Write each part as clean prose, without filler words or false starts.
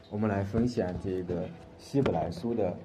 我们来分享这个希伯来书的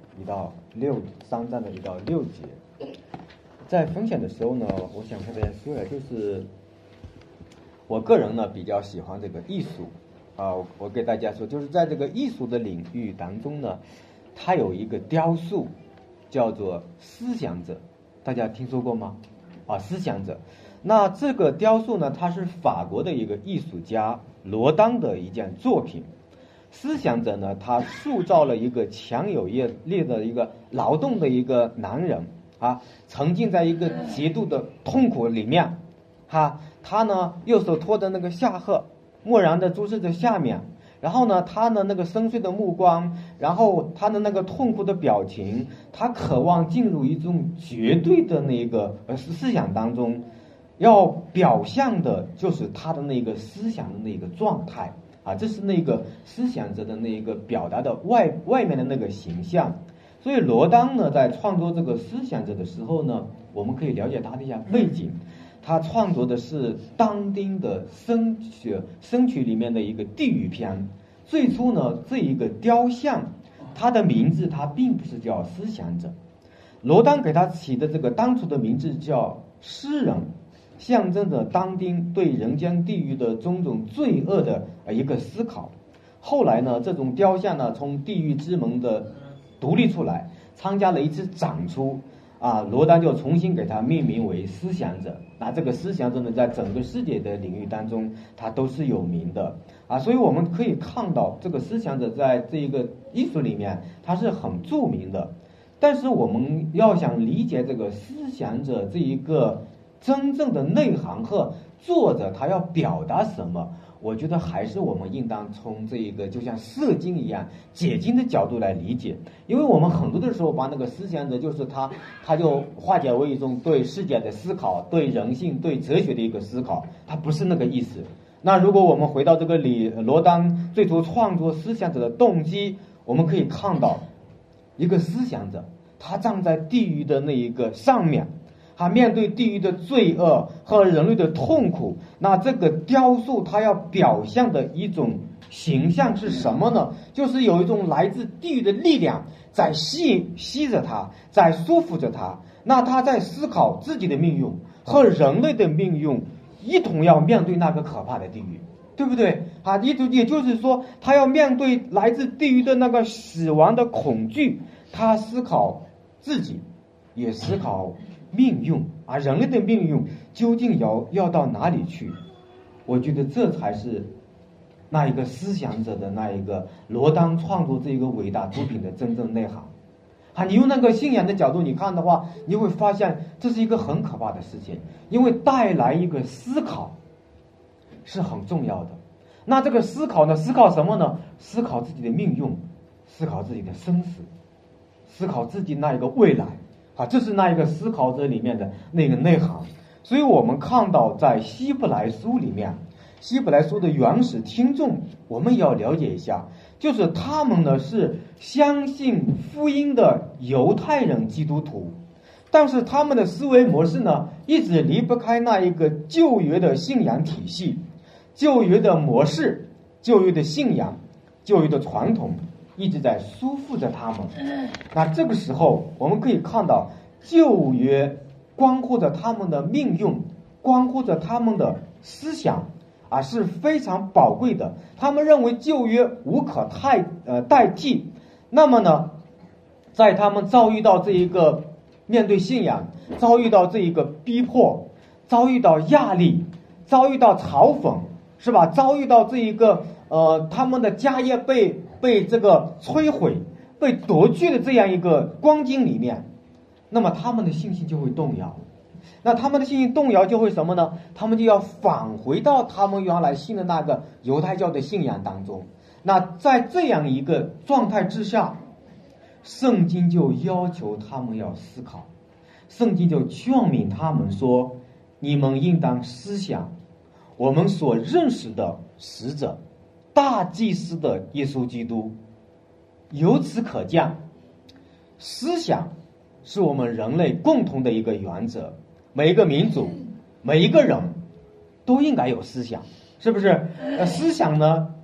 3章的1到6节。在分享的时候呢，我想和大家说的就是我个人呢比较喜欢这个艺术我给大家说，就是在这个艺术的领域当中呢，它有一个雕塑叫做思想者，大家听说过吗？思想者。那这个雕塑呢，它是法国的一个艺术家罗丹的一件作品。思想者呢，他塑造了一个强有力的一个劳动的一个男人沉浸在一个极度的痛苦里面他呢右手托着那个下颌，默然的注视着下面，然后呢他的那个深邃的目光，然后他的那个痛苦的表情，他渴望进入一种绝对的那个思想当中，要表象的就是他的那个思想的那个状态这是那个思想者的那个表达的外面的那个形象。所以罗丹呢在创作这个思想者的时候呢，我们可以了解他的一下背景。他创作的是当丁的生曲里面的一个地狱篇。最初呢，这一个雕像他的名字他并不是叫思想者，罗丹给他起的这个当初的名字叫诗人，象征着当丁对人间地狱的种种罪恶的一个思考。后来呢，这种雕像呢从地狱之门的独立出来，参加了一次展出罗丹就重新给它命名为思想者。那这个思想者呢，在整个世界的领域当中，它都是有名的所以我们可以看到，这个思想者在这一个艺术里面，它是很著名的。但是我们要想理解这个思想者这一个真正的内涵和作者他要表达什么，我觉得还是我们应当从这一个就像释经一样解经的角度来理解。因为我们很多的时候把那个思想者就是他就化解为一种对世界的思考，对人性对哲学的一个思考，他不是那个意思。那如果我们回到这个罗丹最初创作思想者的动机，我们可以看到一个思想者他站在地狱的那一个上面，他面对地狱的罪恶和人类的痛苦。那这个雕塑它要表现的一种形象是什么呢？就是有一种来自地狱的力量在吸着他，在束缚着他。那他在思考自己的命运和人类的命运一同要面对那个可怕的地狱，对不对也就是说，他要面对来自地狱的那个死亡的恐惧，他思考自己，也思考命运人类的命运究竟要到哪里去。我觉得这才是那一个思想者的那一个罗丹创作这一个伟大作品的真正内涵你用那个信仰的角度你看的话，你会发现这是一个很可怕的事情，因为带来一个思考是很重要的。那这个思考呢，思考什么呢？思考自己的命运，思考自己的生死，思考自己那一个未来这是那一个思考者里面的那个内涵。所以我们看到在希伯来书里面，希伯来书的原始听众我们也要了解一下，就是他们呢是相信福音的犹太人基督徒，但是他们的思维模式呢一直离不开那一个旧约的信仰体系，旧约的模式，旧约的信仰，旧约的传统一直在束缚着他们。那这个时候我们可以看到，旧约关乎着他们的命运，关乎着他们的思想是非常宝贵的。他们认为旧约无可代替。那么呢，在他们遭遇到这一个面对信仰，遭遇到这一个逼迫，遭遇到压力，遭遇到嘲讽，是吧？遭遇到这一个他们的家业被这个摧毁，被夺去的这样一个光景里面，那么他们的信心就会动摇。那他们的信心动摇就会什么呢？他们就要返回到他们原来信的那个犹太教的信仰当中。那在这样一个状态之下，圣经就要求他们要思考，圣经就劝勉他们说，你们应当思想我们所认识的使者大祭司的耶稣基督。由此可见，思想是我们人类共同的一个原则，每一个民族每一个人都应该有思想，是不是？思想呢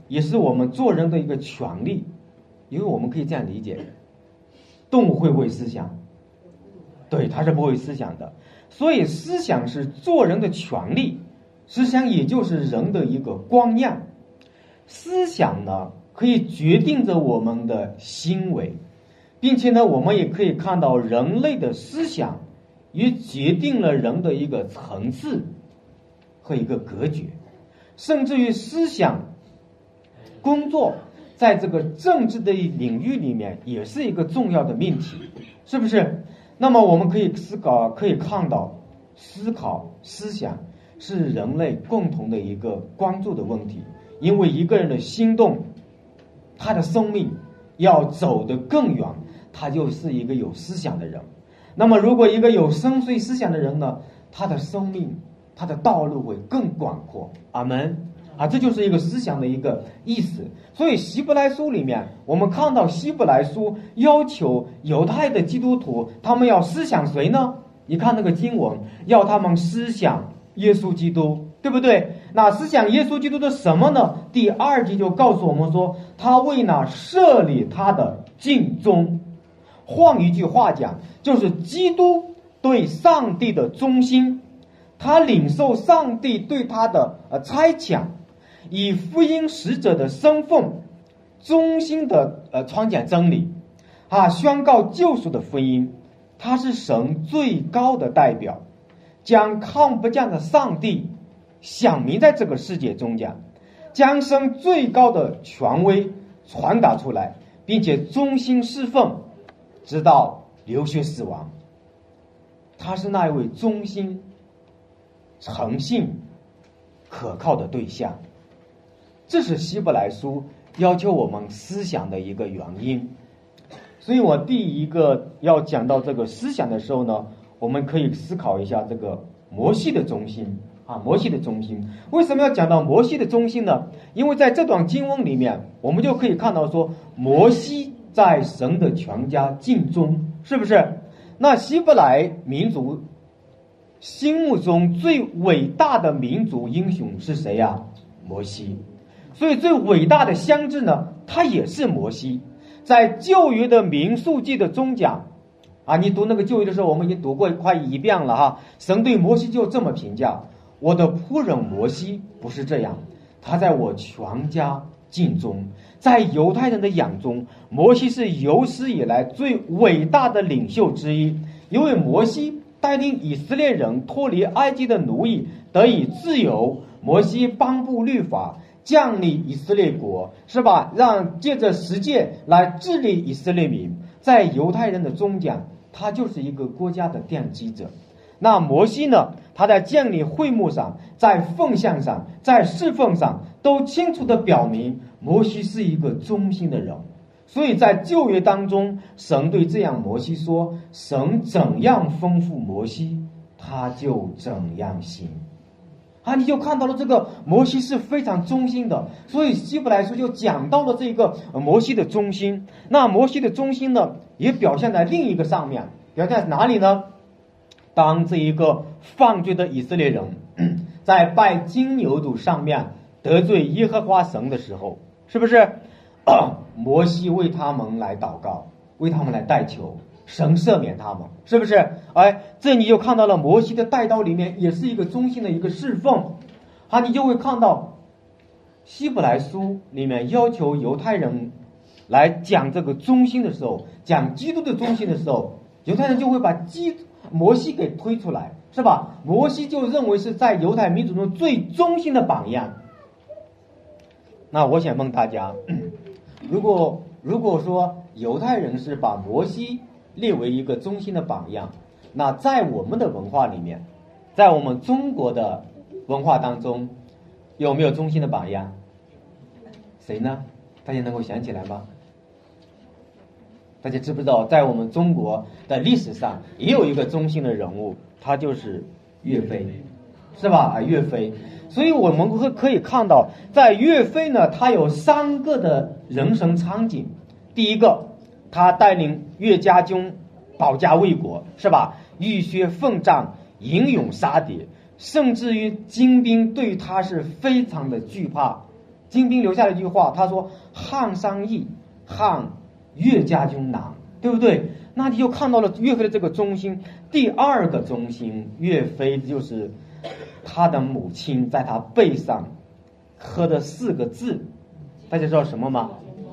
也是我们做人的一个权利，因为我们可以这样理解，动物会不会思想？对，它是不会思想的。所以思想是做人的权利，思想也就是人的一个光亮。思想呢，可以决定着我们的行为，并且呢，我们也可以看到人类的思想也决定了人的一个层次和一个格局，甚至于思想工作在这个政治的领域里面也是一个重要的命题，是不是？那么我们可以看到思考思想是人类共同的一个关注的问题，因为一个人的心动，他的生命要走得更远，他就是一个有思想的人。那么如果一个有深邃思想的人呢，他的生命他的道路会更广阔。阿们啊，这就是一个思想的一个意思。所以希伯来书里面我们看到希伯来书要求犹太的基督徒他们要思想谁呢？你看那个经文，要他们思想耶稣基督，对不对？那思想耶稣基督的什么呢？第2节就告诉我们说，他为那设立他的尽忠。换一句话讲，就是基督对上帝的忠心，他领受上帝对他的差遣，以福音使者的身份忠心的传讲真理宣告救赎的福音。他是神最高的代表，将看不见的上帝显明在这个世界中间，将神最高的权威传达出来，并且忠心侍奉直到流血死亡。他是那一位忠心诚信可靠的对象。这是希伯来书要求我们思想的一个原因。所以我第一个要讲到这个思想的时候呢，我们可以思考一下这个摩西的中心摩西的中心。为什么要讲到摩西的中心呢？因为在这段经文里面，我们就可以看到说，摩西在神的全家尽忠，是不是？那希伯来民族心目中最伟大的民族英雄是谁呀？摩西。所以最伟大的先知呢，他也是摩西。在旧约的民数记的中讲你读那个旧约的时候，我们已经读过快1遍了神对摩西就这么评价，我的仆人摩西不是这样，他在我全家尽忠。在犹太人的眼中，摩西是有史以来最伟大的领袖之一，因为摩西带领以色列人脱离埃及的奴役，得以自由。摩西颁布律法，建立以色列国，是吧？让借着十诫来治理以色列民。在犹太人的中间，他就是一个国家的奠基者。那摩西呢，他在建立会幕上，在奉献上，在侍奉上，都清楚地表明摩西是一个忠心的人。所以在旧约当中，神对这样摩西说，神怎样吩咐摩西，他就怎样行。你就看到了这个摩西是非常忠心的。所以希伯来书就讲到了这个摩西的忠心。那摩西的忠心呢，也表现在另一个上面，表现在哪里呢？当这一个犯罪的以色列人在拜金牛犊上面得罪耶和华神的时候，是不是摩西为他们来祷告，为他们来代求，神赦免他们，是不是？这你就看到了摩西的带刀里面也是一个忠心的一个侍奉你就会看到希伯来书里面要求犹太人来讲这个忠心的时候，讲基督的忠心的时候，犹太人就会把摩西给推出来，是吧？摩西就认为是在犹太民族中最忠心的榜样。那我想问大家，如果说犹太人是把摩西列为一个忠心的榜样，那在我们的文化里面，在我们中国的文化当中，有没有忠心的榜样？谁呢？大家能够想起来吗？大家知不知道，在我们中国的历史上也有一个忠心的人物，他就是岳飞，是吧？岳飞。所以我们可以看到，在岳飞呢，他有3个的人生场景。第一个，他带领岳家军保家卫国，是吧？浴血奋战，英勇杀敌，甚至于金兵对他是非常的惧怕， 金兵留下了一句话，他说汉商议，汉岳家军囊，对不对？那你就看到了岳飞的这个忠心。第二个忠心，岳飞就是他的母亲在他背上刻的4个字，大家知道什么吗？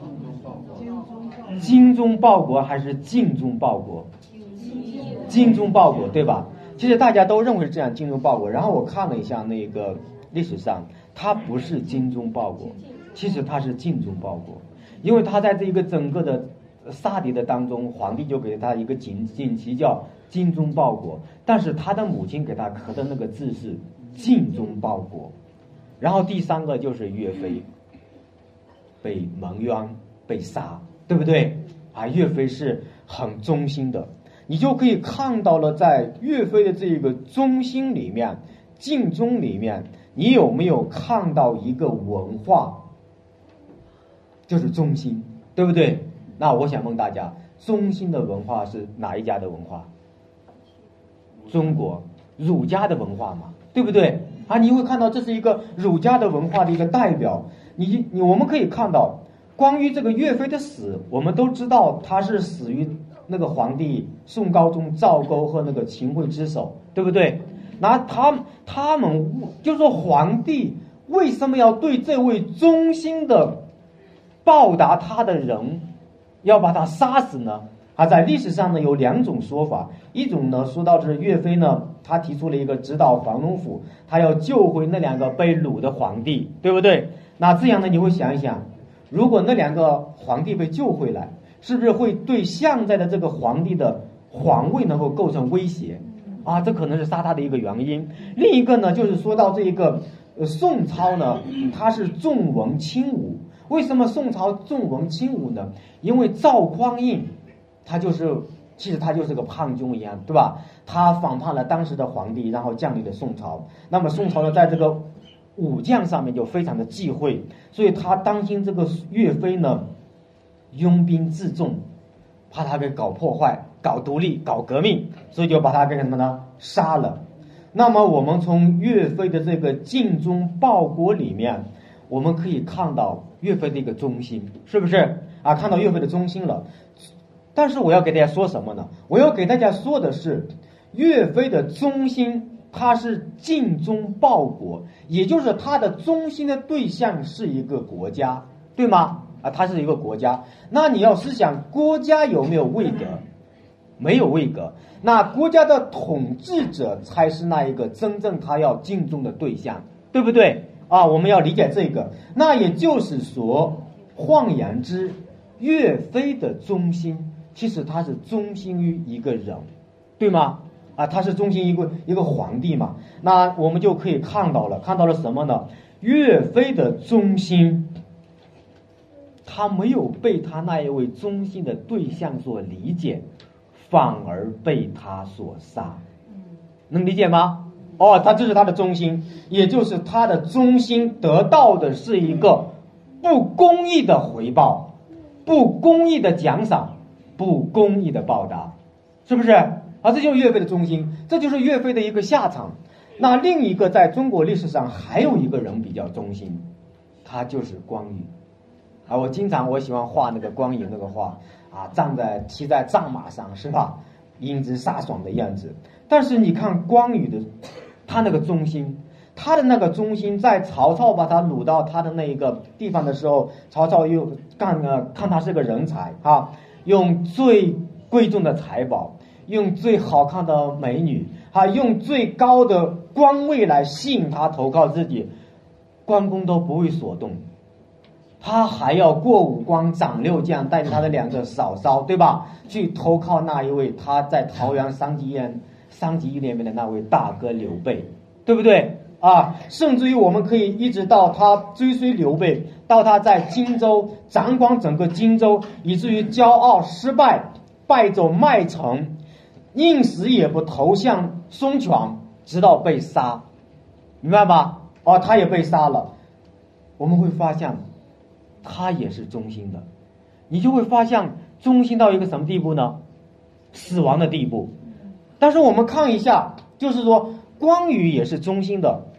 精忠报国还是尽忠报国？精忠报国，对吧？其实大家都认为是这样，精忠报国。然后我看了一下那个历史上，他不是精忠报国，其实他是尽忠报国，因为他在这一个整个的杀敌的当中，皇帝就给他一个锦旗叫精忠报国，但是他的母亲给他刻的那个字是尽忠报国。然后第3个就是岳飞被蒙冤被杀，对不对啊？岳飞是很忠心的，你就可以看到了，在岳飞的这个忠心里面，尽忠里面，你有没有看到一个文化，就是忠心，对不对？那我想问大家，忠心的文化是哪一家的文化？中国儒家的文化嘛，对不对啊？你会看到这是一个儒家的文化的一个代表。我们可以看到，关于这个岳飞的死，我们都知道他是死于那个皇帝宋高宗赵构和那个秦桧之手，对不对？那他们就是说，皇帝为什么要对这位忠心的报答他的人要把他杀死呢？在历史上呢有2种说法，一种呢说到是岳飞呢，他提出了一个直捣黄龙府，他要救回那2个被掳的皇帝，对不对？那这样呢，你会想一想，如果那2个皇帝被救回来，是不是会对现在的这个皇帝的皇位能够构成威胁啊？这可能是杀他的一个原因。另一个呢，就是说到这一个宋朝呢，他是重文轻武。为什么宋朝重文轻武呢？因为赵匡胤其实他就是个叛军一样，对吧？他反叛了当时的皇帝，然后降临了宋朝。那么宋朝呢，在这个武将上面就非常的忌讳，所以他担心这个岳飞呢拥兵自重，怕他给搞破坏、搞独立、搞革命，所以就把他给什么呢杀了。那么我们从岳飞的这个尽忠报国里面，我们可以看到岳飞的一个忠心，是不是啊？看到岳飞的忠心了。但是我要给大家说什么呢？我要给大家说的是，岳飞的忠心他是尽忠报国，也就是他的忠心的对象是一个国家，对吗？他是一个国家。那你要思想，国家有没有位格？没有位格。那国家的统治者才是那一个真正他要尽忠的对象，对不对啊？我们要理解这个。那也就是说，换言之，岳飞的忠心其实他是忠心于一个人，对吗？他是忠心一个皇帝嘛。那我们就可以看到了什么呢？岳飞的忠心，他没有被他那一位忠心的对象所理解，反而被他所杀。能理解吗？这是他的忠心，也就是他的忠心得到的是一个不公义的回报，不公义的奖赏，不公义的报答，是不是？这就是岳飞的忠心，这就是岳飞的一个下场。那另一个在中国历史上还有一个人比较忠心，他就是关羽。我喜欢画那个关羽那个画骑在战马上，是吧？英姿飒爽的样子。但是你看关羽的他那个忠心，他的那个忠心，在曹操把他掳到他的那一个地方的时候，曹操又看他是个人才用最贵重的财宝，用最好看的美女用最高的官位来吸引他投靠自己，关公都不会所动，他还要过五关斩六将，带着他的2个嫂嫂，对吧？去投靠那一位他在桃园三结义里面的那位大哥刘备，对不对甚至于我们可以一直到他追随刘备，到他在荆州掌管整个荆州，以至于骄傲失败，败走麦城，宁死也不投向孙权，直到被杀，明白吗？他也被杀了。我们会发现他也是忠心的，你就会发现忠心到一个什么地步呢？死亡的地步。但是我们看一下，就是说关羽也是忠心的，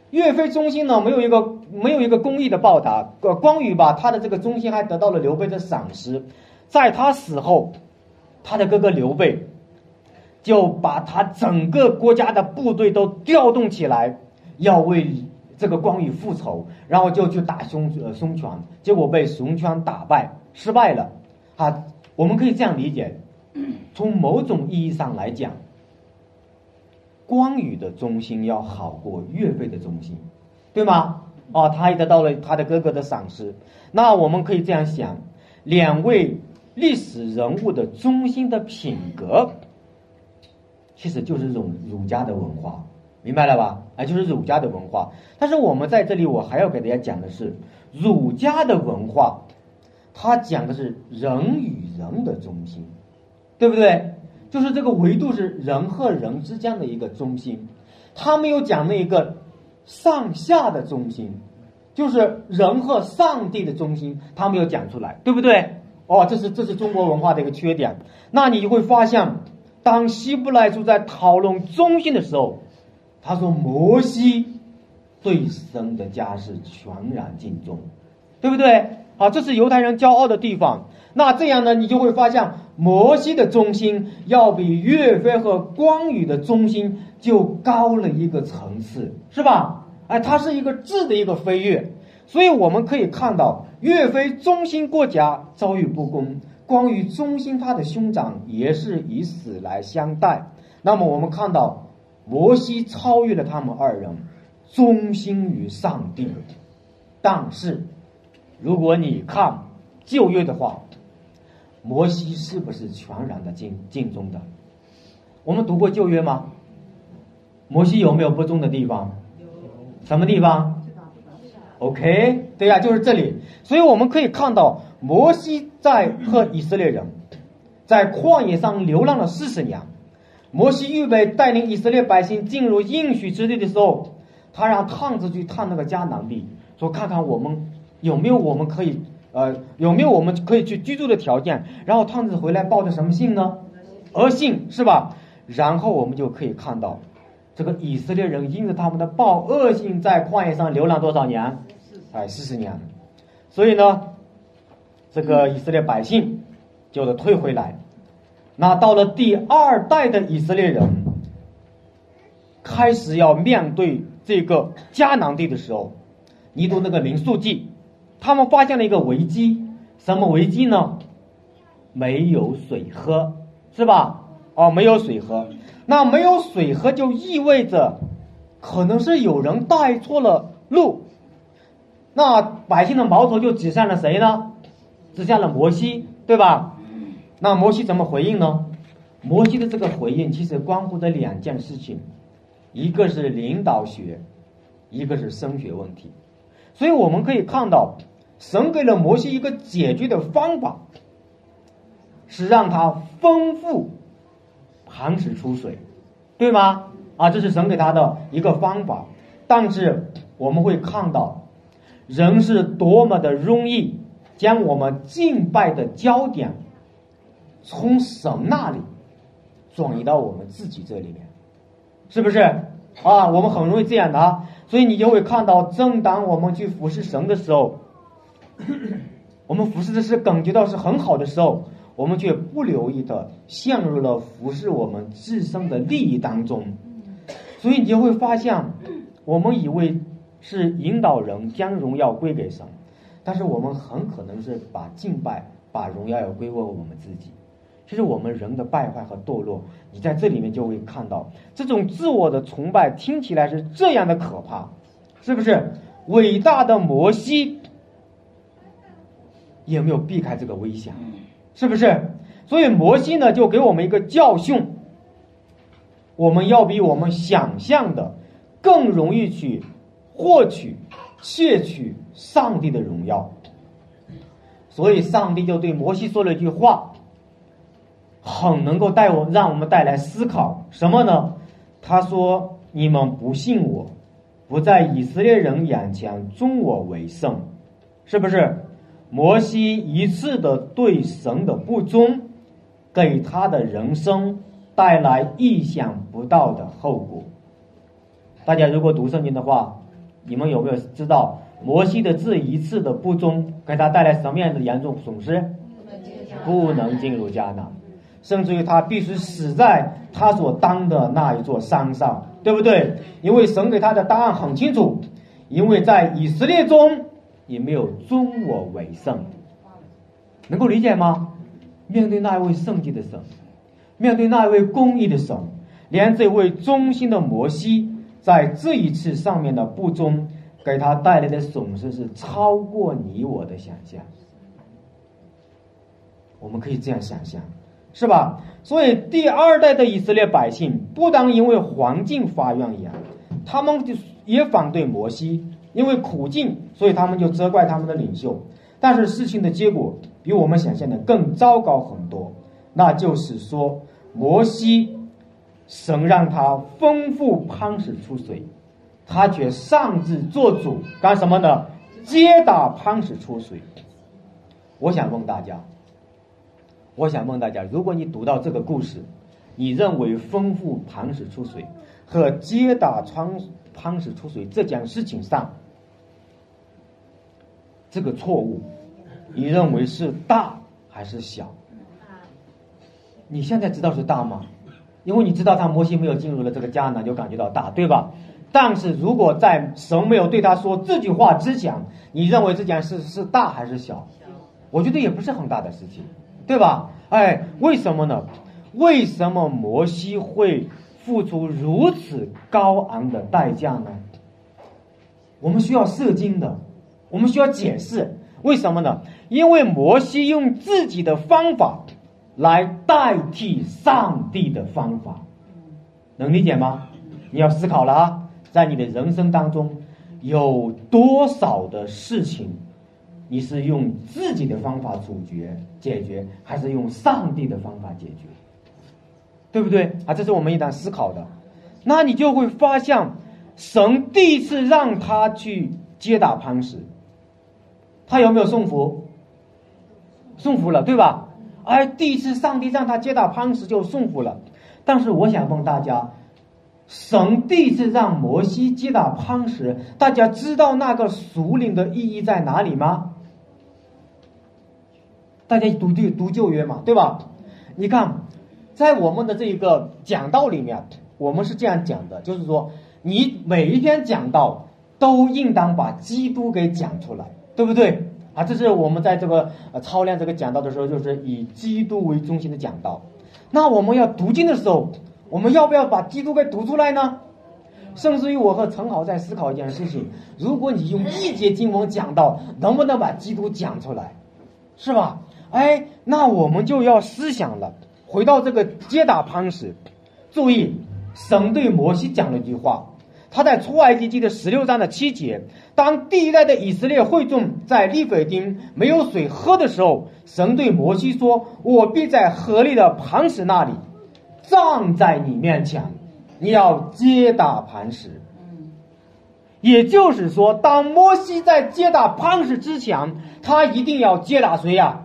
岳飞忠心呢没有一个公义的报答，关羽吧他的这个忠心还得到了刘备的赏识，在他死后，他的哥哥刘备就把他整个国家的部队都调动起来，要为这个关羽复仇，然后就去打孙权，结果被孙权打败，失败了。我们可以这样理解，从某种意义上来讲，关羽的忠心要好过岳飞的忠心，对吗？他也得到了他的哥哥的赏识。那我们可以这样想，两位历史人物的忠心的品格，其实就是儒家的文化，明白了吧？就是儒家的文化。但是我们在这里，我还要给大家讲的是，儒家的文化，它讲的是人与人的忠心，对不对？就是这个维度是人和人之间的一个忠心，他没有讲那一个上下的忠心，就是人和上帝的忠心，他没有讲出来，对不对？这是中国文化的一个缺点。那你就会发现，当希伯来书在讨论忠心的时候，他说摩西对神的家是全然敬重，对不对？这是犹太人骄傲的地方。那这样呢，你就会发现摩西的忠心要比岳飞和关羽的忠心就高了一个层次，是吧？它是一个质的一个飞跃。所以我们可以看到，岳飞忠心国家遭遇不公，关羽忠心他的兄长也是以死来相待。那么我们看到摩西超越了他们二人，忠心于上帝。但是如果你看旧约的话，摩西是不是全然的敬重的？我们读过旧约吗？摩西有没有不忠的地方？什么地方？ OK， 对呀，就是这里。所以我们可以看到，摩西在和以色列人在旷野上流浪了40年。摩西预备带领以色列百姓进入应许之地的时候，他让探子去探那个迦南地，说看看我们有没有我们可以去居住的条件。然后探子回来报的什么信呢？俄信，是吧？然后我们就可以看到，这个以色列人因着他们的报恶信，在旷野上流浪多少年？40年。所以呢，这个以色列百姓就得退回来。那到了第2代的以色列人开始要面对这个迦南地的时候，你读那个民数记，他们发现了一个危机。什么危机呢？没有水喝，是吧？没有水喝。那没有水喝就意味着可能是有人带错了路。那百姓的矛头就指向了谁呢？指向了摩西，对吧？那摩西怎么回应呢？摩西的这个回应其实关乎着2件事情，一个是领导学，一个是升学问题。所以我们可以看到，神给了摩西一个解决的方法，是让他丰富磐石出水，对吗？这是神给他的一个方法。但是我们会看到，人是多么的容易将我们敬拜的焦点从神那里转移到我们自己这里面，是不是？我们很容易这样的所以你就会看到，正当我们去服侍神的时候，我们服侍的是感觉到是很好的时候，我们却不留意的陷入了服侍我们自身的利益当中。所以你就会发现，我们以为是引导人将荣耀归给神，但是我们很可能是把敬拜把荣耀要归为我们自己。其实我们人的败坏和堕落，你在这里面就会看到，这种自我的崇拜听起来是这样的可怕，是不是？伟大的摩西也没有避开这个危险，是不是？所以摩西呢，就给我们一个教训，我们要比我们想象的更容易去获取窃取上帝的荣耀。所以上帝就对摩西说了一句话，很能够让我们带来思考。什么呢？他说，你们不信我，不在以色列人眼前尊我为圣，是不是？摩西一次的对神的不忠，给他的人生带来意想不到的后果。大家如果读圣经的话， 你们有没有知道摩西的这一次的不忠给他带来什么样的严重损失？不能进入迦南，甚至于他必须死在他所当的那一座山上，对不对？因为神给他的答案很清楚，因为在以色列中也没有尊我为圣。能够理解吗？面对那一位圣洁的神，面对那一位公义的神，连这位忠心的摩西在这一次上面的不忠给他带来的损失是超过你我的想象。我们可以这样想象，是吧？所以第二代的以色列百姓不当因为环境发怨言，他们也反对摩西，因为苦境，所以他们就责怪他们的领袖。但是事情的结果比我们想象的更糟糕很多，那就是说摩西神让他吩咐磐石出水，他却擅自做主干什么呢？接打磐石出水。我想问大家，如果你读到这个故事，你认为吩咐磐石出水和接打磐石出水这件事情上，这个错误你认为是大还是小？你现在知道是大吗？因为你知道他摩西没有进入了这个迦南，就感觉到大，对吧？但是如果在神没有对他说这句话之前，你认为这件事是大还是小？我觉得也不是很大的事情，对吧？为什么呢？为什么摩西会付出如此高昂的代价呢？我们需要释经的，我们需要解释。为什么呢？因为摩西用自己的方法来代替上帝的方法，能理解吗？你要思考了啊，在你的人生当中有多少的事情你是用自己的方法解决，还是用上帝的方法解决？对不对啊？这是我们应当思考的。那你就会发现，神第一次让他去接打磐石，他有没有顺服？顺服了，对吧？第一次上帝让他接打磐石就顺服了。但是我想问大家，神第一次让摩西接打磐石，大家知道那个属灵的意义在哪里吗？大家读旧约嘛，对吧？你看，在我们的这个讲道里面，我们是这样讲的，就是说你每一篇讲道都应当把基督给讲出来，对不对啊？这是我们在这个操练这个讲道的时候，就是以基督为中心的讲道。那我们要读经的时候，我们要不要把基督给读出来呢？甚至于我和陈豪在思考一件事情，如果你用一节经文讲道，能不能把基督讲出来，是吧？那我们就要思想了，回到这个接打磐石。注意，神对摩西讲了一句话，他在出埃及记的16章的7节，当第一代的以色列会众在利非丁没有水喝的时候，神对摩西说，我必在河里的磐石那里站在你面前，你要接打磐石。也就是说，当摩西在接打磐石之前，他一定要接打谁呀？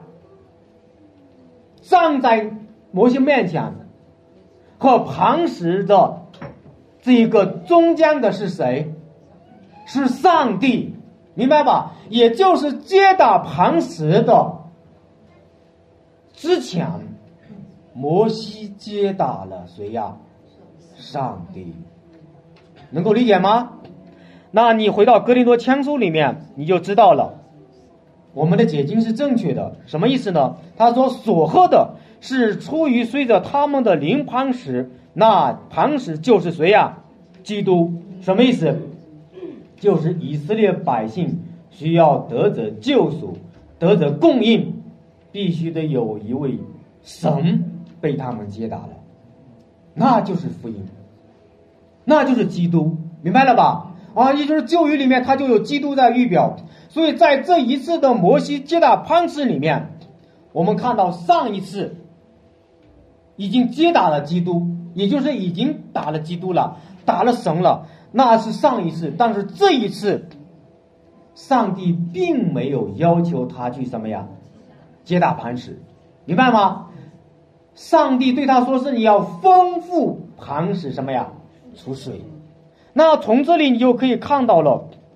站在摩西面前和磐石的这个中间的是谁？是上帝，明白吧？也就是接打磐石的之前，摩西接打了谁呀？上帝。能够理解吗？那你回到哥林多前书里面，你就知道了，我们的解经是正确的。什么意思呢？他说所喝的是出于随着他们的灵磐石，那磐石就是谁呀？基督。什么意思？就是以色列百姓需要得着救赎，得着供应，必须得有一位神被他们接打了，那就是福音，那就是基督，明白了吧？也就是旧约里面它就有基督在预表。所以在这一次的摩西接打磐石里面，我们看到上一次已经接打了基督，也就是已经打了基督了，打了神了，那是上一次。但是这一次上帝并没有要求他去什么呀？接打磐石，明白吗？上帝对他说是你要吩咐磐石什么呀？出水。那从这里你就可以看到了，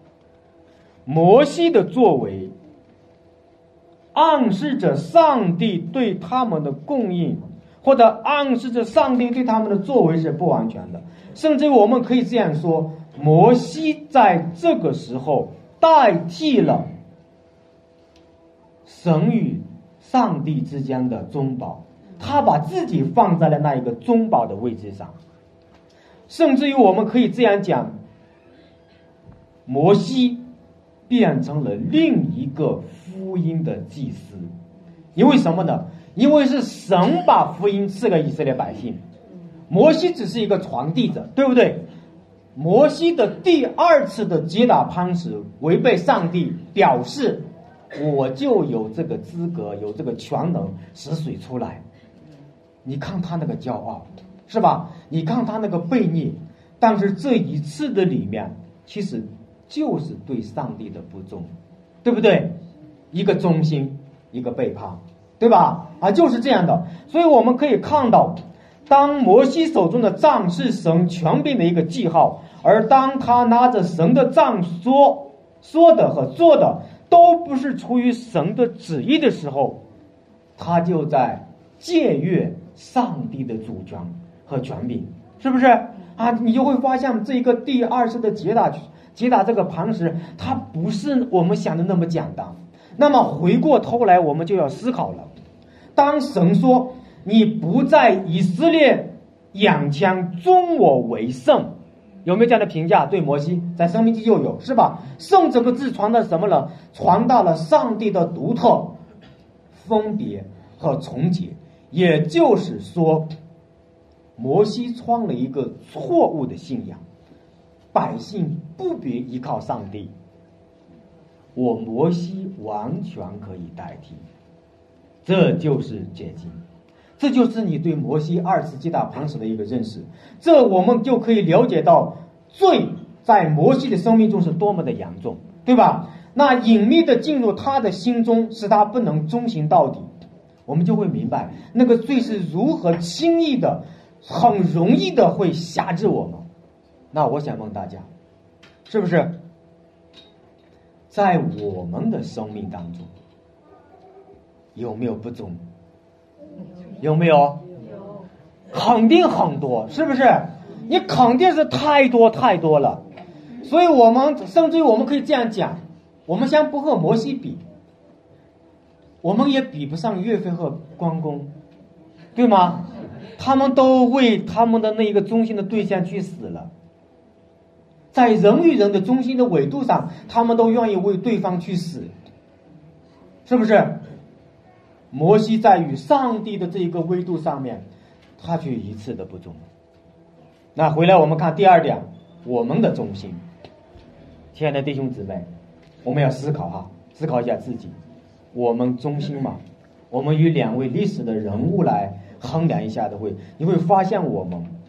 摩西的作为暗示着上帝对他们的供应，或者暗示着上帝对他们的作为是不完全的。甚至我们可以这样说，摩西在这个时候代替了神与上帝之间的中保，他把自己放在了那一个中保的位置上。甚至于我们可以这样讲，摩西变成了另一个福音的祭司。因为什么呢？因为是神把福音赐给以色列百姓，摩西只是一个传递者，对不对？摩西的第二次的击打磐石违背上帝，表示我就有这个资格，有这个权能使水出来。你看他那个骄傲，是吧？你看他那个悖逆，但是这一次的里面其实就是对上帝的不忠，对不对？一个忠心，一个背叛，对吧？就是这样的。所以我们可以看到，当摩西手中的杖是神权柄的一个记号，而当他拿着神的杖说的和做的都不是出于神的旨意的时候，他就在僭越上帝的主权和权柄，是不是？你就会发现这一个第二次的击打这个磐石，它不是我们想的那么简单。那么回过头来，我们就要思考了，当神说你不在以色列眼前尊我为圣，有没有这样的评价？对摩西在申命记就有，是吧？圣这个字传到什么了？传到了上帝的独特、分别和重洁。也就是说，摩西创了一个错误的信仰，百姓不必依靠上帝，我摩西完全可以代替。这就是解经，这就是你对摩西二次击打磐石的一个认识。这我们就可以了解到罪在摩西的生命中是多么的严重，对吧？那隐秘的进入他的心中，使他不能忠行到底，我们就会明白那个罪是如何轻易的、很容易的会辖制我们。那我想问大家，是不是在我们的生命当中有没有不忠？有没有？肯定很多，是不是？你肯定是太多太多了。所以我们甚至于我们可以这样讲，我们先不和摩西比，我们也比不上岳飞和关公，对吗？他们都为他们的那一个忠心的对象去死了，在人与人的忠心的纬度上，他们都愿意为对方去死，是不是？摩西在与上帝的这一个维度上面，他却一次的不忠。那回来我们看第二点，我们的忠心。亲爱的弟兄姊妹，我们要思考思考一下自己，我们忠心吗？我们与两位历史的人物来衡量一下的你会发现我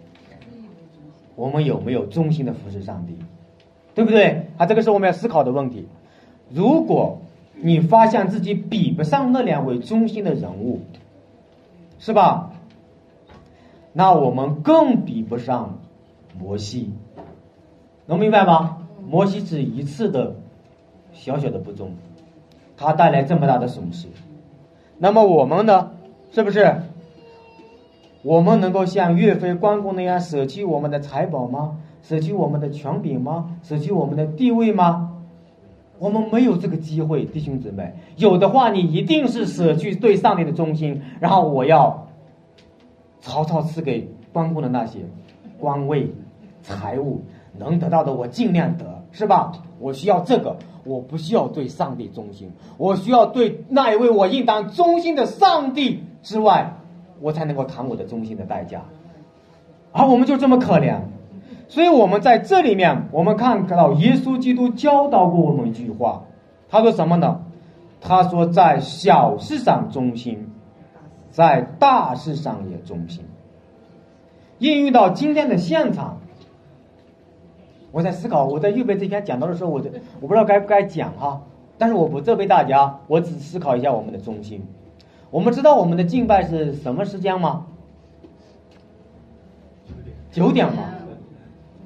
们有没有忠心的服侍上帝，对不对？这个是我们要思考的问题。如果你发现自己比不上那两位忠心的人物，是吧？那我们更比不上摩西，能明白吗？摩西只一次的小小的不忠，他带来这么大的损失。那么我们呢？是不是我们能够像岳飞、关公那样舍弃我们的财宝吗？舍弃我们的权柄吗？舍弃我们的地位吗？我们没有这个机会，弟兄姊妹。有的话，你一定是舍去对上帝的忠心，然后我要曹操赐给关公的那些官位、财物，能得到的我尽量得，是吧？我需要这个，我不需要对上帝忠心，我需要对那一位我应当忠心的上帝之外，我才能够谈我的忠心的代价。我们就这么可怜。所以我们在这里面，我们看到耶稣基督教导过我们一句话，他说什么呢？他说在小事上忠心，在大事上也忠心。应用到今天的现场，我在思考，我在预备这篇讲道的时候，我不知道该不该讲但是我不责备大家，我只思考一下我们的忠心。我们知道我们的敬拜是什么时间吗？9点吗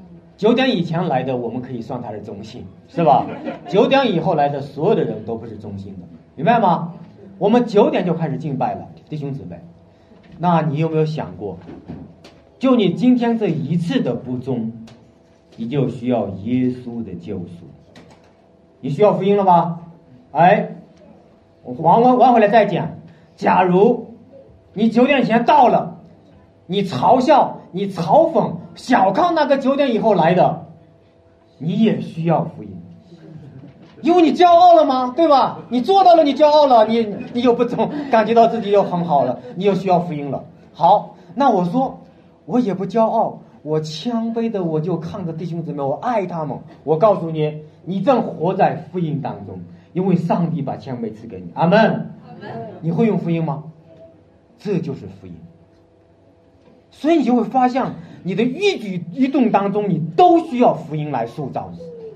9点以前来的，我们可以算他是中心，是吧？9点以后来的所有的人都不是中心的，明白吗？我们9点就开始敬拜了，弟兄姊妹。那你有没有想过，就你今天这一次的不忠，你就需要耶稣的救赎，你需要福音了吗？哎，我往回来再讲，假如你9点前到了，你嘲笑、你嘲讽、小看那个9点以后来的，你也需要福音，因为你骄傲了吗？对吧？你做到了，你骄傲了，你又不懂，感觉到自己又很好了，你又需要福音了。好，那我说我也不骄傲，我谦卑的我就看着弟兄姊妹，我爱他们。我告诉你，你正活在福音当中，因为上帝把谦卑赐给你。阿门。你会用福音吗？这就是福音。所以你就会发现，你的一举一动当中，你都需要福音来塑造你。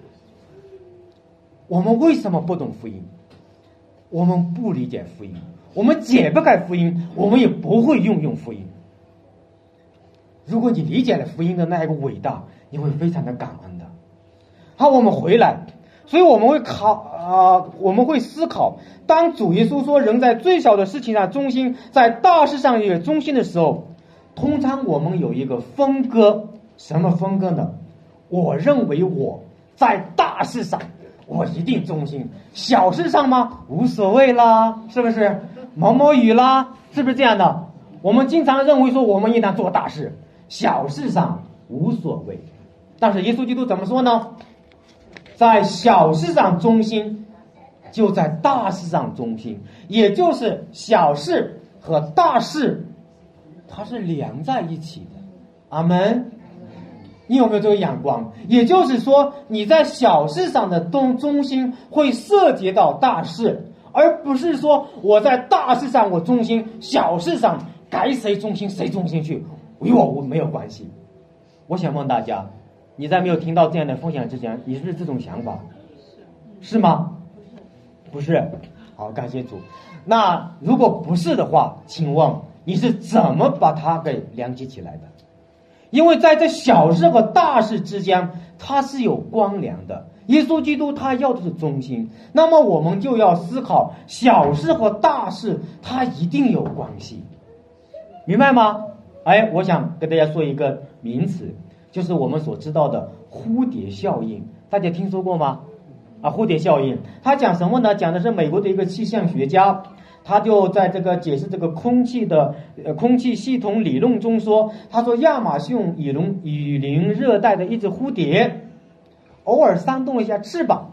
我们为什么不懂福音？我们不理解福音，我们解不开福音，我们也不会用福音。如果你理解了福音的那一个伟大，你会非常的感恩的。好，我们回来，所以我们会我们会思考，当主耶稣说人在最小的事情上忠心，在大事上也忠心的时候，通常我们有一个分割。什么分割呢？我认为我在大事上我一定忠心，小事上吗？无所谓啦，是不是？毛毛雨啦，是不是这样的？我们经常认为说我们应当做大事，小事上无所谓。但是耶稣基督怎么说呢？在小事上忠心，就在大事上忠心，也就是小事和大事它是连在一起的。阿们。你有没有这个眼光？也就是说，你在小事上的忠心会涉及到大事，而不是说我在大事上我忠心，小事上该谁忠心谁忠心去，与我没有关系。我想问大家，你在没有听到这样的分享之前，你是不是这种想法？是吗？不是。好，感谢主。那如果不是的话，请问你是怎么把它给连接起来的？因为在这小事和大事之间，它是有关联的。耶稣基督他要的是忠心，那么我们就要思考小事和大事它一定有关系，明白吗？哎，我想跟大家说一个名词，就是我们所知道的蝴蝶效应，大家听说过吗？蝴蝶效应，它讲什么呢？讲的是美国的一个气象学家，他就在这个解释这个空气系统理论中说，他说亚马逊雨林热带的一只蝴蝶，偶尔扇动了一下翅膀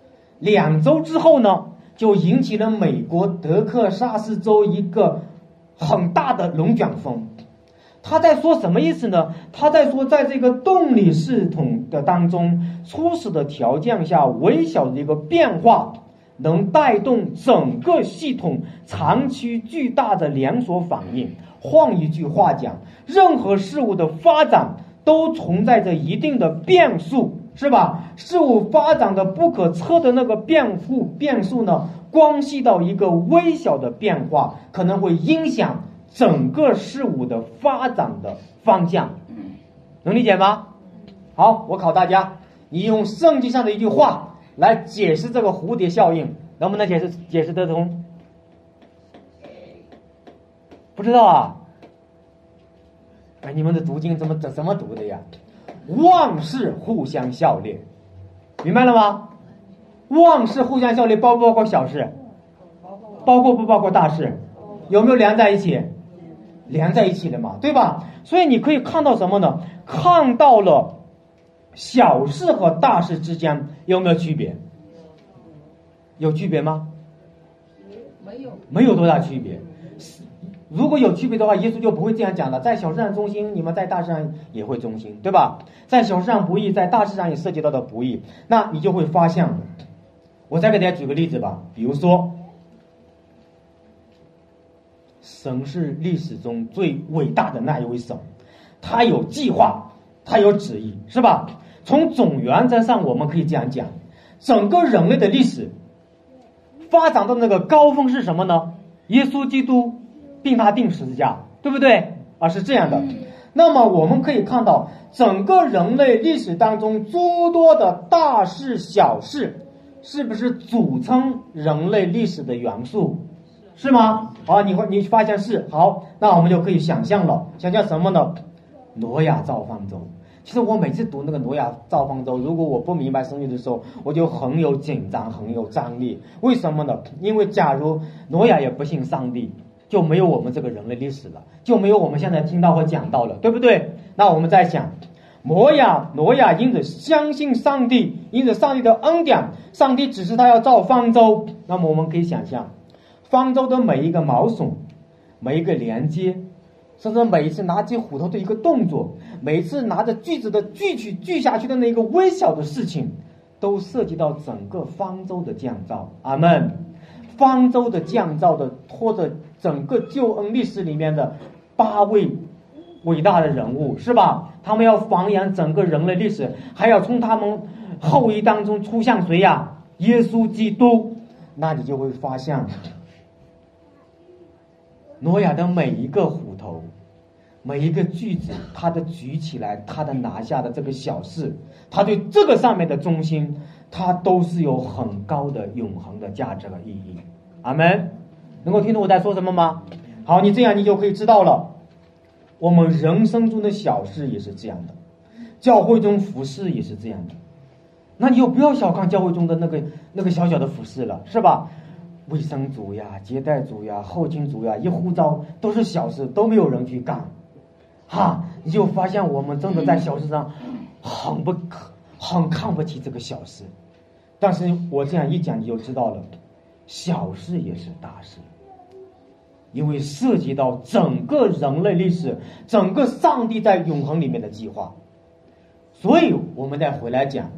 ，2周之后呢，就引起了美国德克萨斯州一个很大的龙卷风。他在说什么意思呢？他在说，在这个动力系统的当中，初始的条件下微小的一个变化，能带动整个系统长期巨大的连锁反应。换一句话讲，任何事物的发展都存在着一定的变数，是吧？事物发展的不可测的那个变数呢，关系到一个微小的变化，可能会影响整个事物的发展的方向。能理解吗？好，我考大家，你用圣经上的一句话来解释这个蝴蝶效应，能不能解释得通？不知道啊？哎，你们的读经怎么读的呀？万事互相效力，明白了吗？万事互相效力，包不包括小事？包括不包括大事？有没有连在一起？连在一起的嘛，对吧？所以你可以看到什么呢？看到了小事和大事之间有没有区别？有区别吗？没有多大区别。如果有区别的话，耶稣就不会这样讲了。在小事上忠心，你们在大事上也会忠心，对吧？在小事上不义，在大事上也涉及到的不义，那你就会发现。我再给大家举个例子吧，比如说，神是历史中最伟大的那一位神，他有计划，他有旨意，是吧？从总原则上我们可以这样讲，整个人类的历史发展到那个高峰是什么呢？耶稣基督并他钉十字架，对不对？是这样的。 那么我们可以看到，整个人类历史当中诸多的大事小事，是不是组成人类历史的元素？是吗？你发现是。好，那我们就可以想象了。想象什么呢？挪亚造方舟。其实我每次读那个挪亚造方舟，如果我不明白圣经的时候，我就很有紧张，很有张力。为什么呢？因为假如挪亚也不信上帝，就没有我们这个人类历史了，就没有我们现在听到和讲到了，对不对？那我们在想，挪亚因着相信上帝，因着上帝的恩典，上帝指示他要造方舟。那么我们可以想象，方舟的每一个毛耸，每一个连接，甚至每一次拿起斧头的一个动作，每一次拿着锯子的锯下去的那个微小的事情，都涉及到整个方舟的建造。阿们。方舟的建造的拖着整个救恩历史里面的8位伟大的人物，是吧？他们要繁衍整个人类历史，还要从他们后裔当中出现谁呀？耶稣基督。那你就会发现，挪亚的每一个斧头，每一个锯子，他的举起来，他的拿下的这个小事，他对这个上面的中心，它都是有很高的永恒的价值和意义。阿们。能够听懂我在说什么吗？好，你这样你就可以知道了。我们人生中的小事也是这样的，教会中服侍也是这样的。那你就不要小看教会中的那个小小的服侍了，是吧？卫生组呀、接待组呀、后勤组呀，一呼召都是小事，都没有人去干。你就发现我们真的在小事上很看不起这个小事。但是我这样一讲你就知道了，小事也是大事，因为涉及到整个人类历史，整个上帝在永恒里面的计划。所以我们再回来讲，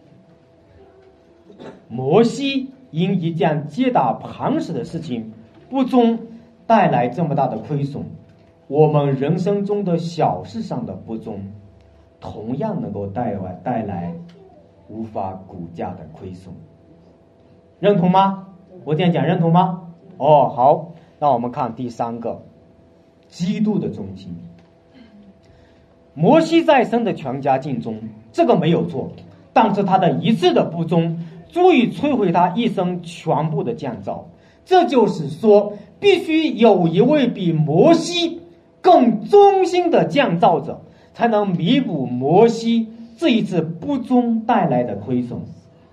摩西因一件皆大磐石的事情不忠，带来这么大的亏损。我们人生中的小事上的不忠，同样能够带来无法估价的亏损。认同吗？我这样讲认同吗？好，那我们看第3个，基督的忠心。摩西在生的全家尽忠，这个没有错，但是他的一次的不忠，足以摧毁他一生全部的建造。这就是说，必须有一位比摩西更忠心的建造者，才能弥补摩西这一次不忠带来的亏损。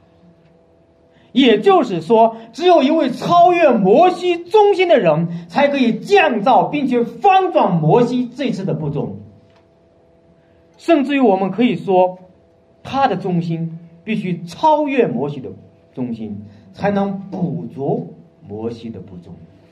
也就是说，只有一位超越摩西忠心的人，才可以建造并且翻转摩西这次的不忠。甚至于我们可以说，他的忠心必须超越摩西的忠心，才能补足摩西的不忠。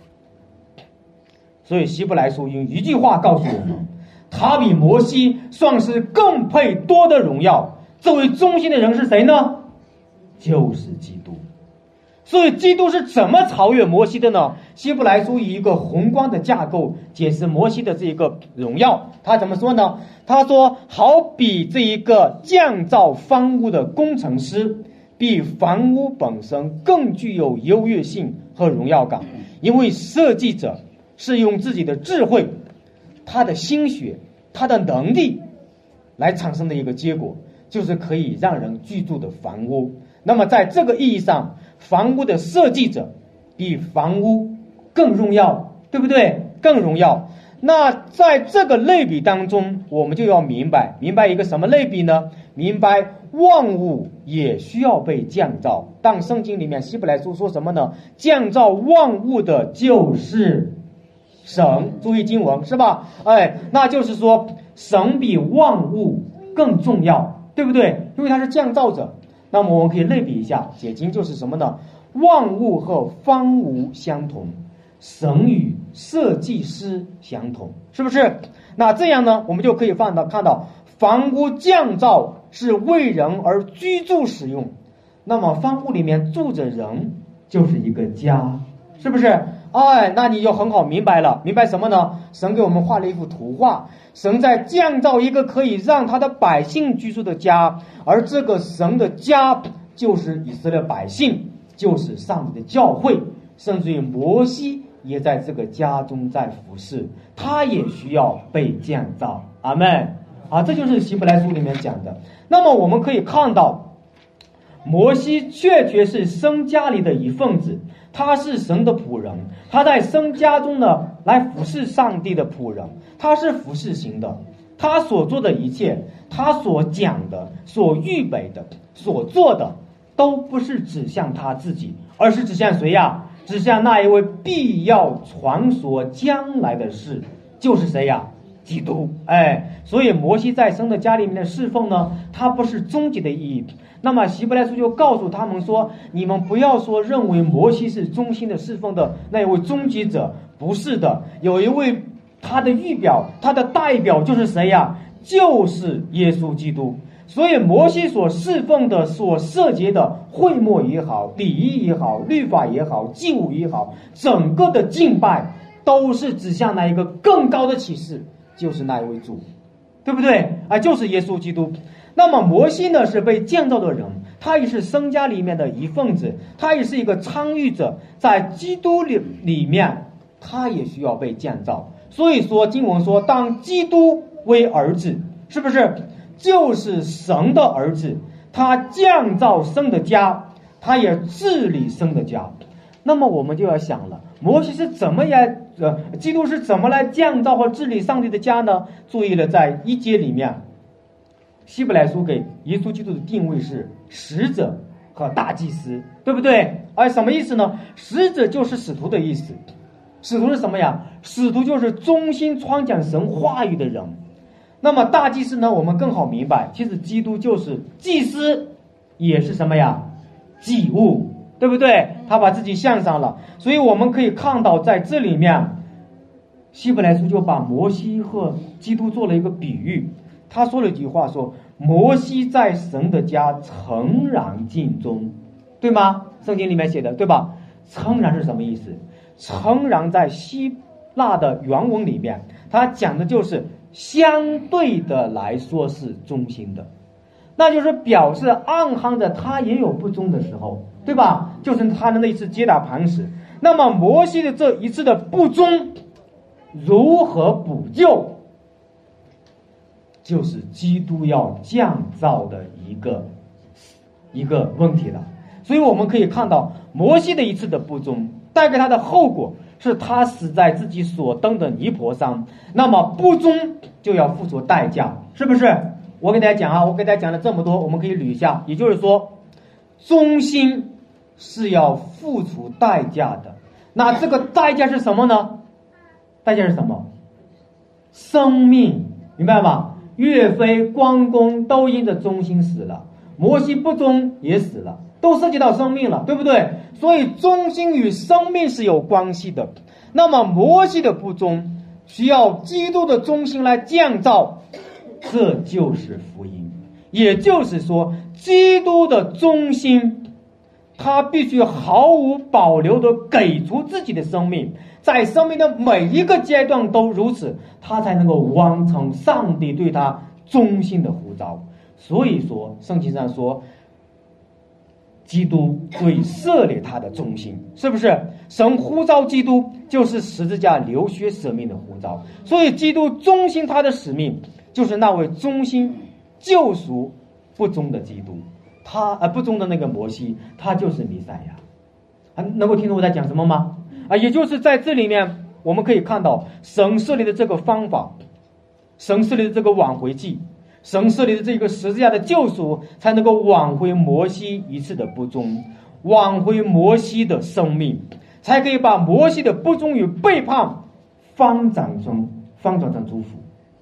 所以希伯来书用一句话告诉我们，他比摩西算是更配多的荣耀。这位忠心的人是谁呢？就是基督。所以基督是怎么超越摩西的呢？希伯来书以一个宏观的架构解释摩西的这一个荣耀。他怎么说呢？他说，好比这一个建造房屋的工程师，比房屋本身更具有优越性和荣耀感，因为设计者是用自己的智慧、他的心血、他的能力来产生的一个结果，就是可以让人居住的房屋。那么在这个意义上，房屋的设计者比房屋更荣耀，对不对？更荣耀。那在这个类比当中，我们就要明白一个什么类比呢？明白万物也需要被建造，但圣经里面希伯来书说什么呢？建造万物的就是神。注意经文，是吧？那就是说神比万物更重要，对不对？因为他是建造者。那么我们可以类比一下，解经就是什么呢？万物和方物相同，神与设计师相同，是不是？那这样呢，我们就可以看到房屋建造是为人而居住使用，那么房屋里面住着人就是一个家，是不是？那你就很好明白了。明白什么呢？神给我们画了一幅图画，神在建造一个可以让他的百姓居住的家，而这个神的家就是以色列百姓，就是上帝的教会，甚至于摩西也在这个家中在服侍，他也需要被建造。 阿们啊，这就是希伯来书里面讲的。那么我们可以看到，摩西确是僧家里的一份子，他是神的仆人，他在僧家中呢来服侍上帝的仆人，他是服侍型的，他所做的一切，他所讲的、所预备的、所做的，都不是指向他自己，而是指向谁呀？指向那一位必要传说将来的事，就是谁呀？基督。所以摩西在神的家里面的侍奉呢，它不是终极的意义。那么希伯来书就告诉他们说，你们不要说认为摩西是中心的侍奉的那一位终极者，不是的，有一位他的预表，他的代表就是谁呀？就是耶稣基督。所以摩西所侍奉的、所涉及的会幕也好、礼仪也好、律法也好、祭物也好，整个的敬拜都是指向那一个更高的启示，就是那一位主，对不对啊？就是耶稣基督。那么摩西呢是被建造的人，他也是僧家里面的一份子，他也是一个参与者，在基督里面他也需要被建造。所以说经文说，当基督为儿子，是不是就是神的儿子？他建造神的家，他也治理神的家。那么我们就要想了，摩西是怎么基督是怎么来建造和治理上帝的家呢？注意了，在1节里面，希伯来书给耶稣基督的定位是使者和大祭司，对不对？什么意思呢？使者就是使徒的意思。使徒是什么呀？使徒就是忠心传讲神话语的人。那么大祭司呢，我们更好明白，其实基督就是祭司，也是什么呀？祭物，对不对？他把自己献上了。所以我们可以看到在这里面，希伯来书就把摩西和基督做了一个比喻。他说了一句话说，摩西在神的家诚然尽忠，对吗？圣经里面写的，对吧？诚然是什么意思？诚然在希腊的原文里面，它讲的就是相对的来说是忠心的，那就是表示暗含着他也有不忠的时候，对吧？就是他的那一次击打磐石。那么摩西的这一次的不忠如何补救，就是基督要降造的一个问题了。所以我们可以看到，摩西的一次的不忠带给他的后果是他死在自己所登的尼泊山。那么不忠就要付出代价，是不是？我给大家讲我给大家讲了这么多，我们可以捋一下。也就是说，忠心是要付出代价的。那这个代价是什么呢？代价是什么？生命，明白吗？岳飞、关公都因着忠心死了，摩西不忠也死了，都涉及到生命了，对不对？所以忠心与生命是有关系的。那么摩西的不忠需要基督的忠心来建造，这就是福音。也就是说，基督的忠心，他必须毫无保留地给出自己的生命，在生命的每一个阶段都如此，他才能够完成上帝对他忠心的呼召。所以说圣经上说，基督会设立他的忠心，是不是？神呼召基督就是十字架流血舍命的呼召，所以基督忠心他的使命，就是那位忠心救赎不忠的基督，他不忠的那个摩西，他就是弥赛亚。能够听懂我在讲什么吗？也就是在这里面我们可以看到，神设立的这个方法，神设立的这个挽回祭，神设立的这个十字架的救赎，才能够挽回摩西一次的不忠，挽回摩西的生命，才可以把摩西的不忠与背叛翻转成祝福。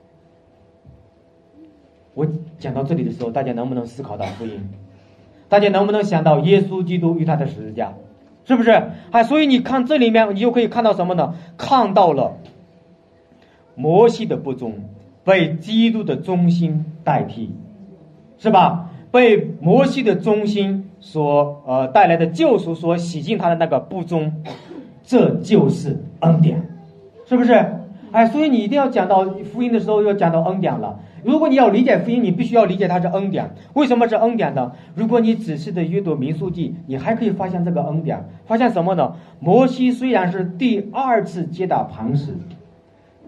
我讲到这里的时候，大家能不能思考到福音？大家能不能想到耶稣基督与他的十字架？是不是？所以你看这里面，你就可以看到什么呢？看到了摩西的不忠被基督的忠心代替，是吧？被摩西的忠心所带来的救赎所洗净他的那个不忠，这就是恩典，是不是？所以你一定要讲到福音的时候要讲到恩典了。如果你要理解福音，你必须要理解它是恩典。为什么是恩典呢？如果你仔细的阅读民数记，你还可以发现这个恩典。发现什么呢？摩西虽然是第二次击打磐石，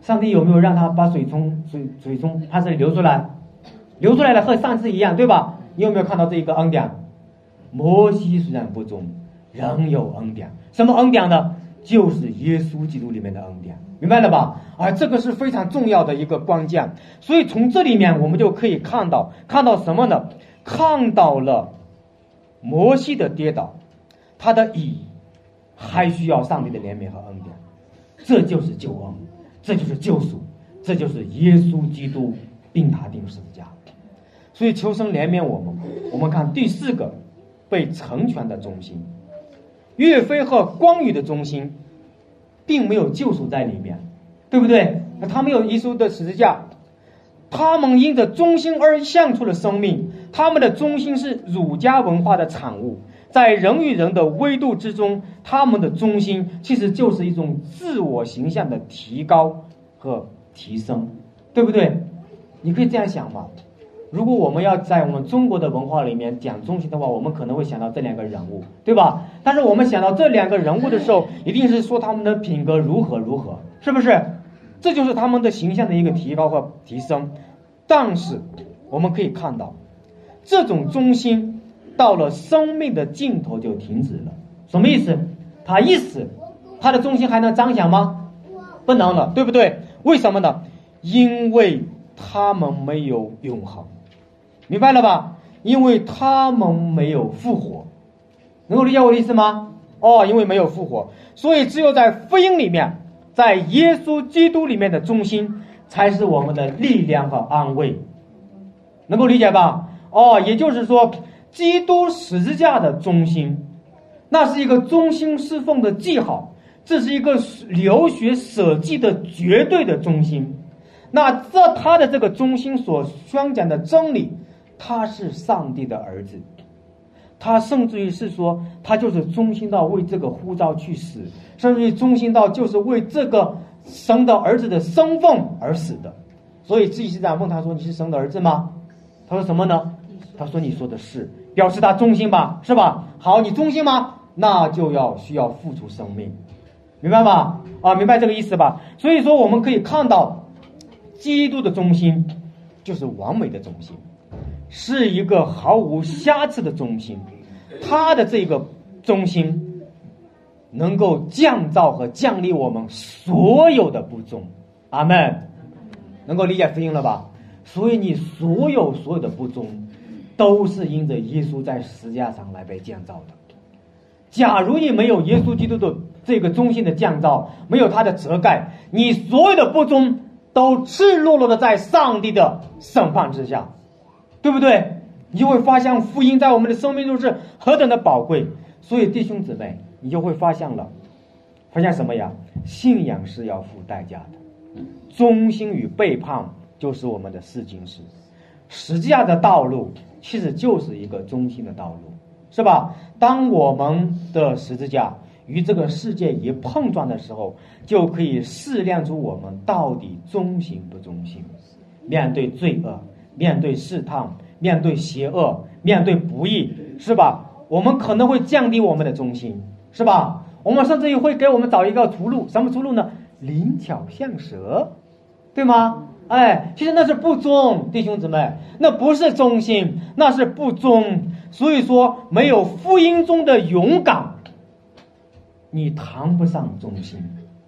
上帝有没有让他把水从他这里流出来？流出来了，和上次一样，对吧？你有没有看到这一个恩典？摩西虽然不忠，仍有恩典。什么恩典呢？就是耶稣基督里面的恩典，明白了吧？这个是非常重要的一个关键。所以从这里面我们就可以看到什么呢？看到了摩西的跌倒，他的义还需要上帝的怜悯和恩典，这就是救恩，这就是救赎，这就是耶稣基督并他钉十字架。所以求神怜悯我们。我们看第4个被成全的中心，岳飞和关羽的中心并没有救赎在里面，对不对？他们有耶稣的十字架，他们因着忠心而相出了生命，他们的忠心是儒家文化的产物，在人与人的维度之中，他们的忠心其实就是一种自我形象的提高和提升，对不对？你可以这样想嘛，如果我们要在我们中国的文化里面讲忠心的话，我们可能会想到这2个人物，对吧？但是我们想到这2个人物的时候，一定是说他们的品格如何，是不是？这就是他们的形象的一个提高和提升。但是我们可以看到，这种忠心到了生命的尽头就停止了。什么意思？他一死，他的忠心还能彰显吗？不能了，对不对？为什么呢？因为他们没有永恒，明白了吧？因为他们没有复活，能够理解我的意思吗？因为没有复活，所以只有在福音里面，在耶稣基督里面的忠心才是我们的力量和安慰，能够理解吧？也就是说，基督十字架的忠心，那是一个忠心侍奉的记号，这是一个流血舍己的绝对的忠心。那他的这个忠心所宣讲的真理，他是上帝的儿子，他甚至于是说，他就是忠心到为这个呼召去死，甚至于忠心到就是为这个神的儿子的身份而死的。所以祭司长问他说：“你是神的儿子吗？”他说什么呢？他说：“你说的是。”表示他忠心吧，是吧？好，你忠心吗？那就需要付出生命，明白吗？明白这个意思吧？所以说我们可以看到，基督的忠心就是完美的忠心，是一个毫无瑕疵的忠心。他的这个忠心能够降造和降立我们所有的不忠。阿们，能够理解福音了吧？所以你所有的不忠都是因着耶稣在十字架上来被建造的。假如你没有耶稣基督的这个忠心的降造，没有他的遮盖，你所有的不忠都赤裸裸的在上帝的审判之下，对不对？你就会发现福音在我们的生命中是何等的宝贵。所以弟兄姊妹，你就会发现什么呀？信仰是要付代价的，忠心与背叛就是我们的试金石。十字架的道路其实就是一个忠心的道路，是吧？当我们的十字架与这个世界一碰撞的时候，就可以试炼出我们到底忠心不忠心。面对罪恶，面对试探，面对邪恶，面对不义，是吧？我们可能会降低我们的忠心，是吧？我们甚至于会给我们找一个出路，什么出路呢？灵巧像蛇，对吗？其实那是不忠，弟兄姊妹，那不是忠心，那是不忠。所以说，没有福音中的勇敢，你谈不上忠心。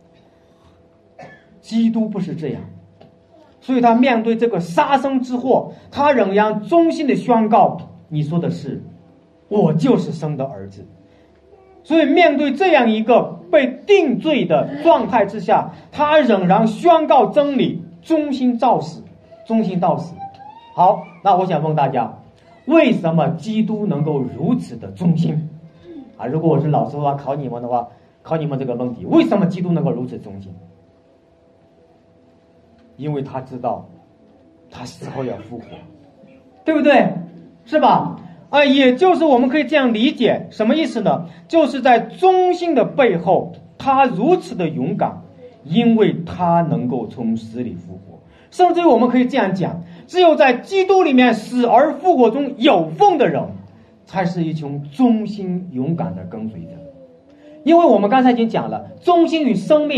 基督不是这样，所以他面对这个杀身之祸，他仍然忠心的宣告：你说的是，我就是神的儿子。所以面对这样一个被定罪的状态之下，他仍然宣告真理，忠心到死，忠心到死。好，那我想问大家，为什么基督能够如此的忠心？如果我是老师的话，考你们这个问题，为什么基督能够如此忠心？因为他知道他死后要复活，对不对？是吧？也就是我们可以这样理解，什么意思呢？就是在忠心的背后，他如此的勇敢，因为他能够从死里复活。甚至于我们可以这样讲，只有在基督里面死而复活中有份的人，才是一群忠心勇敢的跟随者。因为我们刚才已经讲了，忠心与生命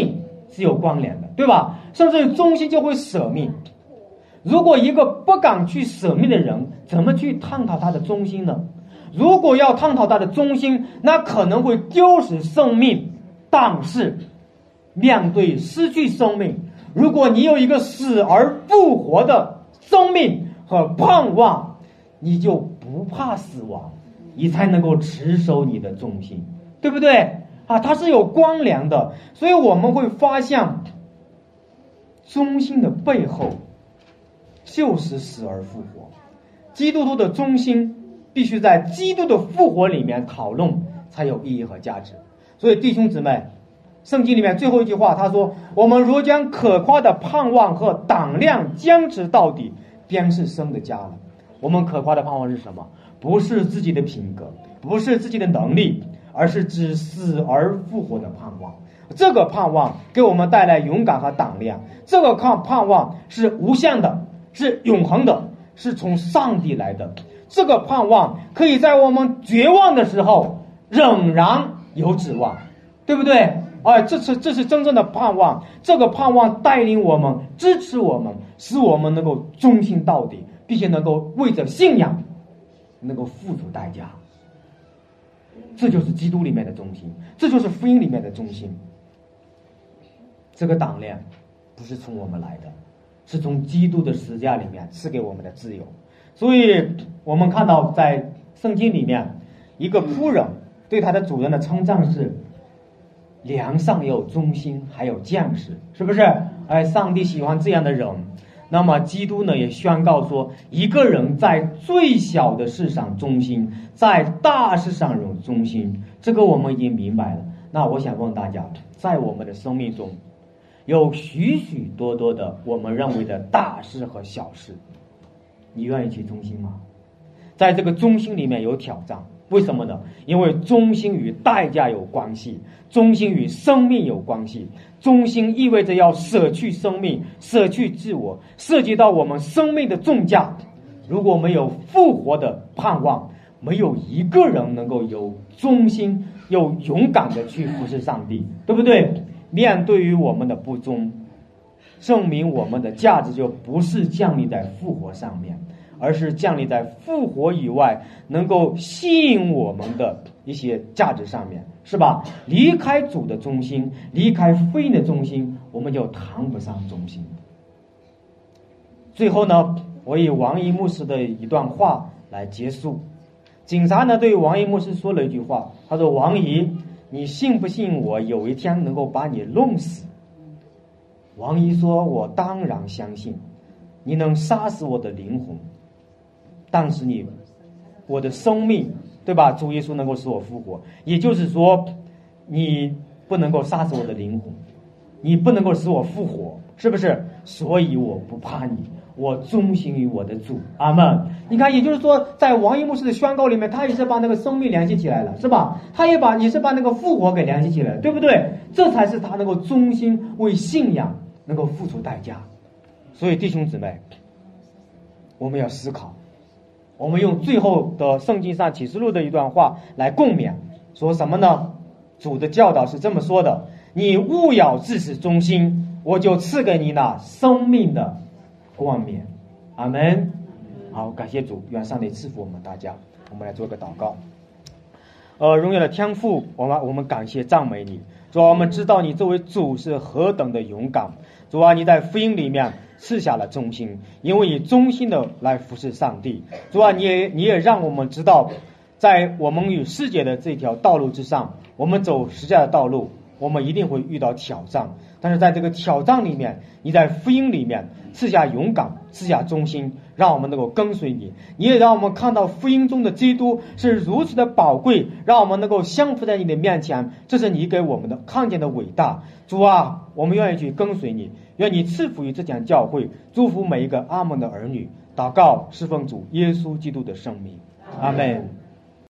是有关联的，对吧？甚至忠心就会舍命。如果一个不敢去舍命的人，怎么去探讨他的忠心呢？如果要探讨他的忠心，那可能会丢失生命。但是面对失去生命，如果你有一个死而复活的生命和盼望，你就不怕死亡，你才能够持守你的忠心，对不对啊？它是有关联的。所以我们会发现忠心的背后就是死而复活。基督徒的忠心必须在基督的复活里面讨论才有意义和价值。所以弟兄姊妹，圣经里面最后一句话他说，我们若将可夸的盼望和胆量坚持到底，便是神的家了。我们可夸的盼望是什么？不是自己的品格，不是自己的能力，而是指死而复活的盼望。这个盼望给我们带来勇敢和胆量，这个盼望是无限的，是永恒的，是从上帝来的。这个盼望可以在我们绝望的时候仍然有指望，对不对？这是真正的盼望。这个盼望带领我们，支持我们，使我们能够忠心到底，并且能够为着信仰能够付出代价。这就是基督里面的忠心，这就是福音里面的忠心。这个胆量不是从我们来的，是从基督的十字架里面赐给我们的自由。所以我们看到在圣经里面，一个仆人对他的主人的称赞是良善有忠心，还有见识，是不是？上帝喜欢这样的人。那么基督呢也宣告说，一个人在最小的事上忠心，在大事上有忠心。这个我们已经明白了。那我想问大家，在我们的生命中有许许多多的我们认为的大事和小事，你愿意去忠心吗？在这个忠心里面有挑战，为什么呢？因为忠心与代价有关系，忠心与生命有关系。忠心意味着要舍去生命，舍去自我，涉及到我们生命的重价。如果没有复活的盼望，没有一个人能够有忠心，有勇敢的去服侍上帝，对不对？面对于我们的不忠，证明我们的价值就不是降临在复活上面，而是降临在复活以外能够吸引我们的一些价值上面，是吧？离开主的中心，离开福音的中心，我们就谈不上忠心。最后呢，我以王一牧师的一段话来结束。警察呢对王一牧师说了一句话，他说，王一，你信不信我有一天能够把你弄死？王一说，我当然相信，你能杀死我的灵魂，但是我的生命，对吧？主耶稣能够使我复活，也就是说你不能够杀死我的灵魂，你不能够使我复活，是不是？所以我不怕你，我忠心于我的主。阿们。你看，也就是说在王一牧师的宣告里面，他也是把那个生命联系起来了，是吧？他也是把那个复活给联系起来了，对不对？这才是他能够忠心为信仰能够付出代价。所以弟兄姊妹，我们要思考，我们用最后的圣经上启示录的一段话来共勉，说什么呢？主的教导是这么说的，你务要至死忠心，我就赐给你那生命的冠冕。阿们。好，感谢主，愿上帝赐福我们大家。我们来做个祷告。荣耀的天父，我们感谢赞美你。主啊，我们知道你作为主是何等的勇敢。主啊，你在福音里面赐下了忠心，因为你忠心的来服侍上帝。主啊，你也让我们知道，在我们与世界的这条道路之上，我们走实在的道路，我们一定会遇到挑战。但是在这个挑战里面，你在福音里面赐下勇敢，赐下忠心，让我们能够跟随你。你也让我们看到福音中的基督是如此的宝贵，让我们能够降服在你的面前，这是你给我们的看见的伟大。主啊，我们愿意去跟随你，愿你赐福于这间教会，祝福每一个阿门的儿女。祷告侍奉主耶稣基督的圣名。阿们。